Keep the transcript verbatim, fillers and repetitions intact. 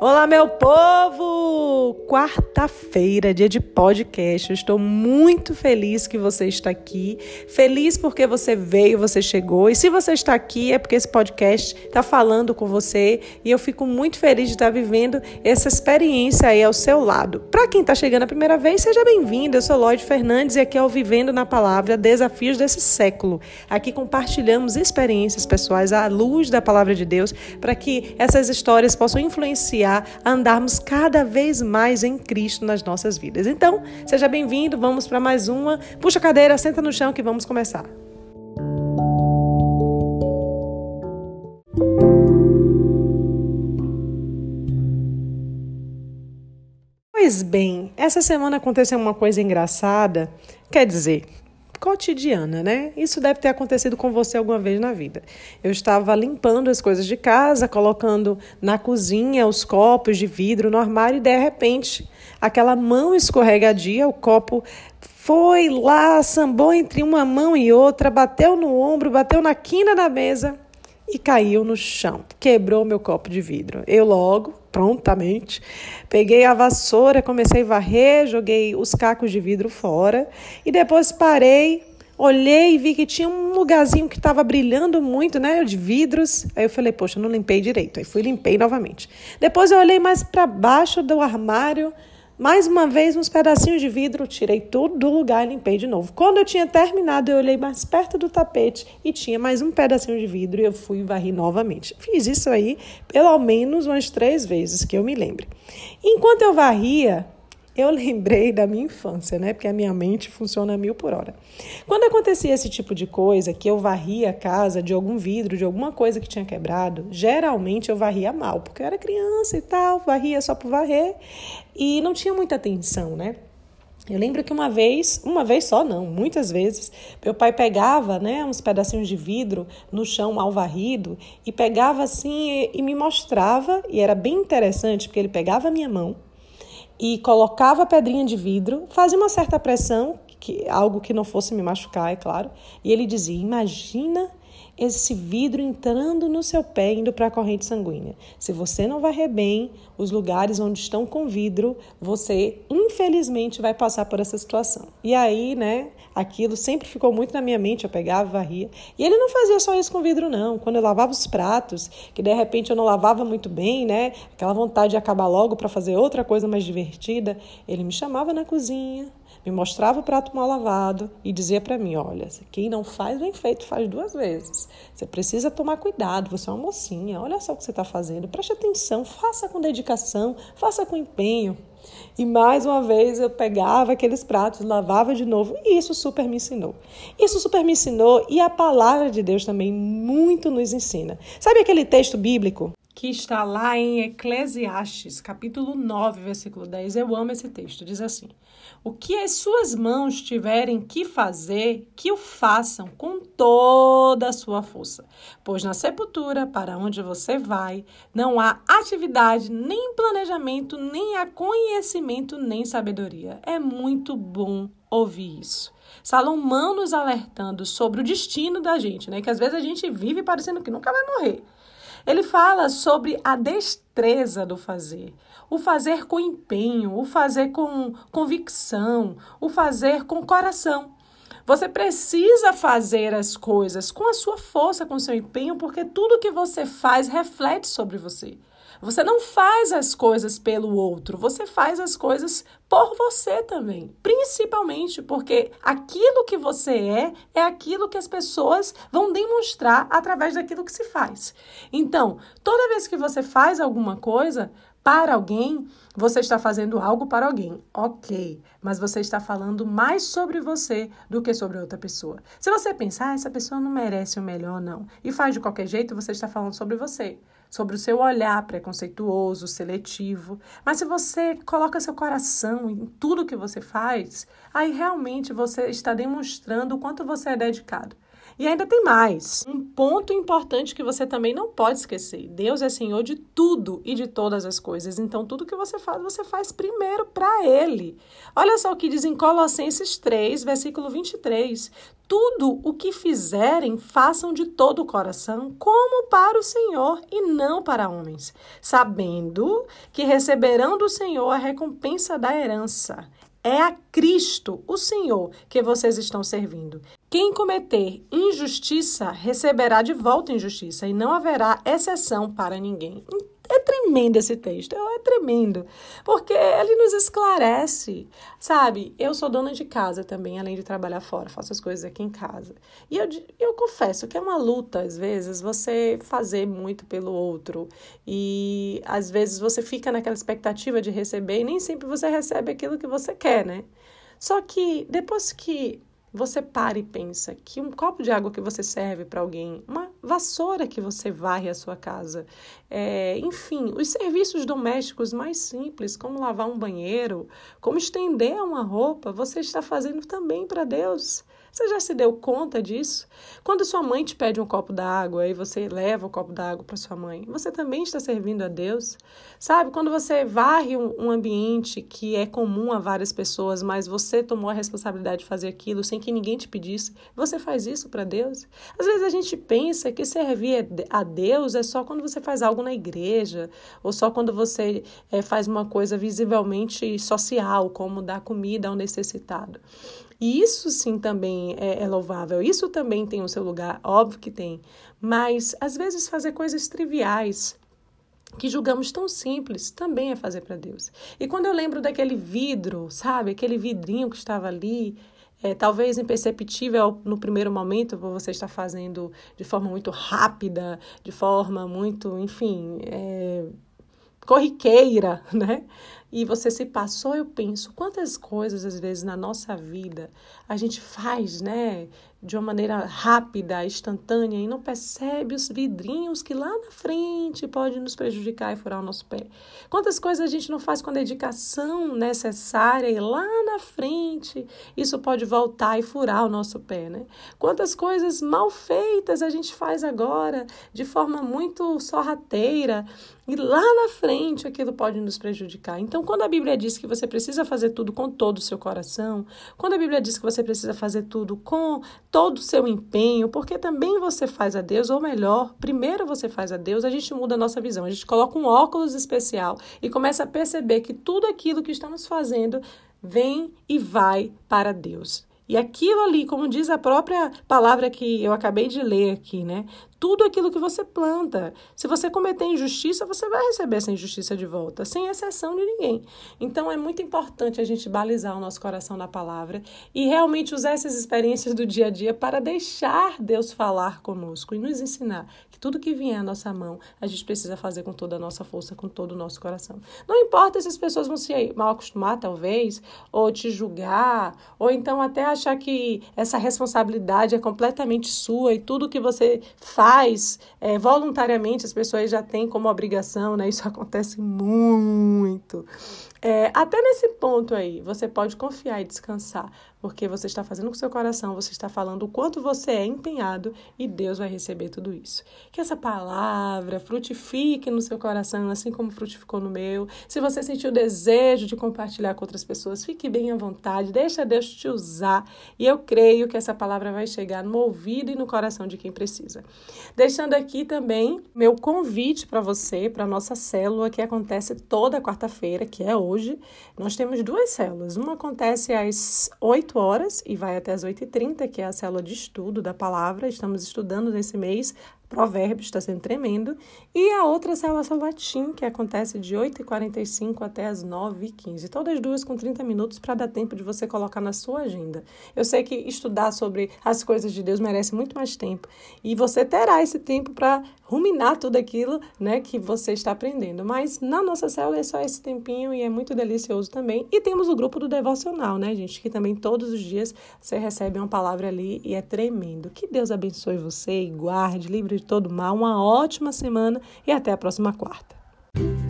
Olá, meu povo! Quarta-feira, dia de podcast. Eu estou muito feliz que você está aqui. Feliz porque você veio, você chegou. E se você está aqui, é porque esse podcast está falando com você. E eu fico muito feliz de estar vivendo essa experiência aí ao seu lado. Para quem está chegando a primeira vez, seja bem-vindo. Eu sou Lloyd Fernandes e aqui é o Vivendo na Palavra, Desafios desse Século. Aqui compartilhamos experiências pessoais à luz da Palavra de Deus para que essas histórias possam influenciar a andarmos cada vez mais em Cristo nas nossas vidas. Então, seja bem-vindo, vamos para mais uma. Puxa a cadeira, senta no chão que vamos começar. Pois bem, essa semana aconteceu uma coisa engraçada, quer dizer, cotidiana, né? Isso deve ter acontecido com você alguma vez na vida. Eu estava limpando as coisas de casa, colocando na cozinha os copos de vidro no armário e, de repente, aquela mão escorregadia, o copo foi lá, sambou entre uma mão e outra, bateu no ombro, bateu na quina da mesa e caiu no chão. Quebrou meu copo de vidro. Eu logo, prontamente, peguei a vassoura, comecei a varrer, joguei os cacos de vidro fora e depois parei, olhei e vi que tinha um lugarzinho que estava brilhando muito, né, de vidros. Aí eu falei, poxa, não limpei direito. Aí fui e limpei novamente. Depois eu olhei mais para baixo do armário, mais uma vez, uns pedacinhos de vidro, tirei tudo do lugar e limpei de novo. Quando eu tinha terminado, eu olhei mais perto do tapete e tinha mais um pedacinho de vidro e eu fui e varri novamente. Fiz isso aí pelo menos umas três vezes, que eu me lembre. Enquanto eu varria, eu lembrei da minha infância, né? Porque a minha mente funciona a mil por hora. Quando acontecia esse tipo de coisa, que eu varria a casa de algum vidro, de alguma coisa que tinha quebrado, geralmente eu varria mal, porque eu era criança e tal, varria só por varrer e não tinha muita atenção, né? Eu lembro que uma vez, uma vez só não, muitas vezes, meu pai pegava, né, uns pedacinhos de vidro no chão mal varrido e pegava assim e, e me mostrava, e era bem interessante, porque ele pegava a minha mão e colocava a pedrinha de vidro, fazia uma certa pressão, que, algo que não fosse me machucar, é claro, e ele dizia, imagina esse vidro entrando no seu pé, indo para a corrente sanguínea. Se você não varrer bem os lugares onde estão com vidro, você, infelizmente, vai passar por essa situação. E aí, né, aquilo sempre ficou muito na minha mente, eu pegava, varria. E ele não fazia só isso com vidro, não. Quando eu lavava os pratos, que de repente eu não lavava muito bem, né, aquela vontade de acabar logo para fazer outra coisa mais divertida, ele me chamava na cozinha, me mostrava o prato mal lavado e dizia para mim, olha, quem não faz bem feito faz duas vezes. Você precisa tomar cuidado, você é uma mocinha, olha só o que você está fazendo, preste atenção, faça com dedicação, faça com empenho. E mais uma vez eu pegava aqueles pratos, lavava de novo e isso super me ensinou. Isso super me ensinou e a palavra de Deus também muito nos ensina. Sabe aquele texto bíblico que está lá em Eclesiastes, capítulo nove, versículo dez? Eu amo esse texto, diz assim, o que as suas mãos tiverem que fazer, que o façam com toda a sua força, pois na sepultura, para onde você vai, não há atividade, nem planejamento, nem há conhecimento, nem sabedoria. É muito bom ouvir isso. Salomão nos alertando sobre o destino da gente, né? Que às vezes a gente vive parecendo que nunca vai morrer. Ele fala sobre a destreza do fazer, o fazer com empenho, o fazer com convicção, o fazer com coração. Você precisa fazer as coisas com a sua força, com o seu empenho, porque tudo que você faz reflete sobre você. Você não faz as coisas pelo outro, você faz as coisas por você também. Principalmente porque aquilo que você é, é aquilo que as pessoas vão demonstrar através daquilo que se faz. Então, toda vez que você faz alguma coisa para alguém, você está fazendo algo para alguém, ok, mas você está falando mais sobre você do que sobre outra pessoa. Se você pensar, ah, essa pessoa não merece o melhor, não, e faz de qualquer jeito, você está falando sobre você, sobre o seu olhar preconceituoso, seletivo. Mas se você coloca seu coração em tudo que você faz, aí realmente você está demonstrando o quanto você é dedicado. E ainda tem mais. Um ponto importante que você também não pode esquecer. Deus é Senhor de tudo e de todas as coisas. Então, tudo que você faz, você faz primeiro para Ele. Olha só o que diz em Colossenses três, versículo vinte e três. Tudo o que fizerem, façam de todo o coração, como para o Senhor e não para homens, sabendo que receberão do Senhor a recompensa da herança. É a Cristo, o Senhor, que vocês estão servindo. Quem cometer injustiça receberá de volta injustiça e não haverá exceção para ninguém. É tremendo esse texto, é tremendo, porque ele nos esclarece, sabe? Eu sou dona de casa também, além de trabalhar fora, faço as coisas aqui em casa. E eu, eu confesso que é uma luta, às vezes, você fazer muito pelo outro. E, às vezes, você fica naquela expectativa de receber e nem sempre você recebe aquilo que você quer, né? Só que, depois que você para e pensa que um copo de água que você serve para alguém, uma vassoura que você varre a sua casa, é, enfim, os serviços domésticos mais simples, como lavar um banheiro, como estender uma roupa, você está fazendo também para Deus. Você já se deu conta disso? Quando sua mãe te pede um copo d'água e você leva o copo d'água para sua mãe, você também está servindo a Deus? Sabe, quando você varre um, um ambiente que é comum a várias pessoas, mas você tomou a responsabilidade de fazer aquilo sem que ninguém te pedisse, você faz isso para Deus? Às vezes a gente pensa que servir a Deus é só quando você faz algo na igreja, ou só quando você é, faz uma coisa visivelmente social, como dar comida ao necessitado. E isso sim também é, é louvável, isso também tem o seu lugar, óbvio que tem, mas às vezes fazer coisas triviais que julgamos tão simples também é fazer para Deus. E quando eu lembro daquele vidro, sabe, aquele vidrinho que estava ali, é, talvez imperceptível no primeiro momento, por você estar fazendo de forma muito rápida, de forma muito, enfim, é, corriqueira, né? E você se passou, eu penso, quantas coisas, às vezes, na nossa vida a gente faz, né, de uma maneira rápida, instantânea, e não percebe os vidrinhos que lá na frente podem nos prejudicar e furar o nosso pé. Quantas coisas a gente não faz com a dedicação necessária e lá na frente isso pode voltar e furar o nosso pé, né? Quantas coisas mal feitas a gente faz agora de forma muito sorrateira e lá na frente aquilo pode nos prejudicar. Então, quando a Bíblia diz que você precisa fazer tudo com todo o seu coração, quando a Bíblia diz que você precisa fazer tudo com todo o seu empenho, porque também você faz a Deus, ou melhor, primeiro você faz a Deus, a gente muda a nossa visão, a gente coloca um óculos especial e começa a perceber que tudo aquilo que estamos fazendo vem e vai para Deus. E aquilo ali, como diz a própria palavra que eu acabei de ler aqui, né? Tudo aquilo que você planta. Se você cometer injustiça, você vai receber essa injustiça de volta, sem exceção de ninguém. Então, é muito importante a gente balizar o nosso coração na palavra e realmente usar essas experiências do dia a dia para deixar Deus falar conosco e nos ensinar que tudo que vier à nossa mão, a gente precisa fazer com toda a nossa força, com todo o nosso coração. Não importa se as pessoas vão se mal acostumar, talvez, ou te julgar, ou então até achar que essa responsabilidade é completamente sua e tudo que você faz Faz, é, voluntariamente as pessoas já têm como obrigação, né? Isso acontece muito. É, até nesse ponto aí, você pode confiar e descansar, porque você está fazendo com o seu coração, você está falando o quanto você é empenhado e Deus vai receber tudo isso. Que essa palavra frutifique no seu coração, assim como frutificou no meu. Se você sentiu o desejo de compartilhar com outras pessoas, fique bem à vontade, deixa Deus te usar e eu creio que essa palavra vai chegar no ouvido e no coração de quem precisa. Deixando aqui também meu convite para você, para a nossa célula que acontece toda quarta-feira, que é hoje. Hoje, nós temos duas células. Uma acontece às oito horas e vai até às oito e trinta, que é a célula de estudo da palavra. Estamos estudando nesse mês Provérbios, está sendo tremendo. E a outra célula latim, que acontece de oito e quarenta e cinco até as nove e quinze. Todas duas com trinta minutos para dar tempo de você colocar na sua agenda. Eu sei que estudar sobre as coisas de Deus merece muito mais tempo. E você terá esse tempo para ruminar tudo aquilo, né, que você está aprendendo. Mas na nossa célula é só esse tempinho e é muito delicioso também. E temos o grupo do devocional, né, gente? Que também todos os dias você recebe uma palavra ali e é tremendo. Que Deus abençoe você e guarde, livre de todo mal. Uma ótima semana e até a próxima quarta.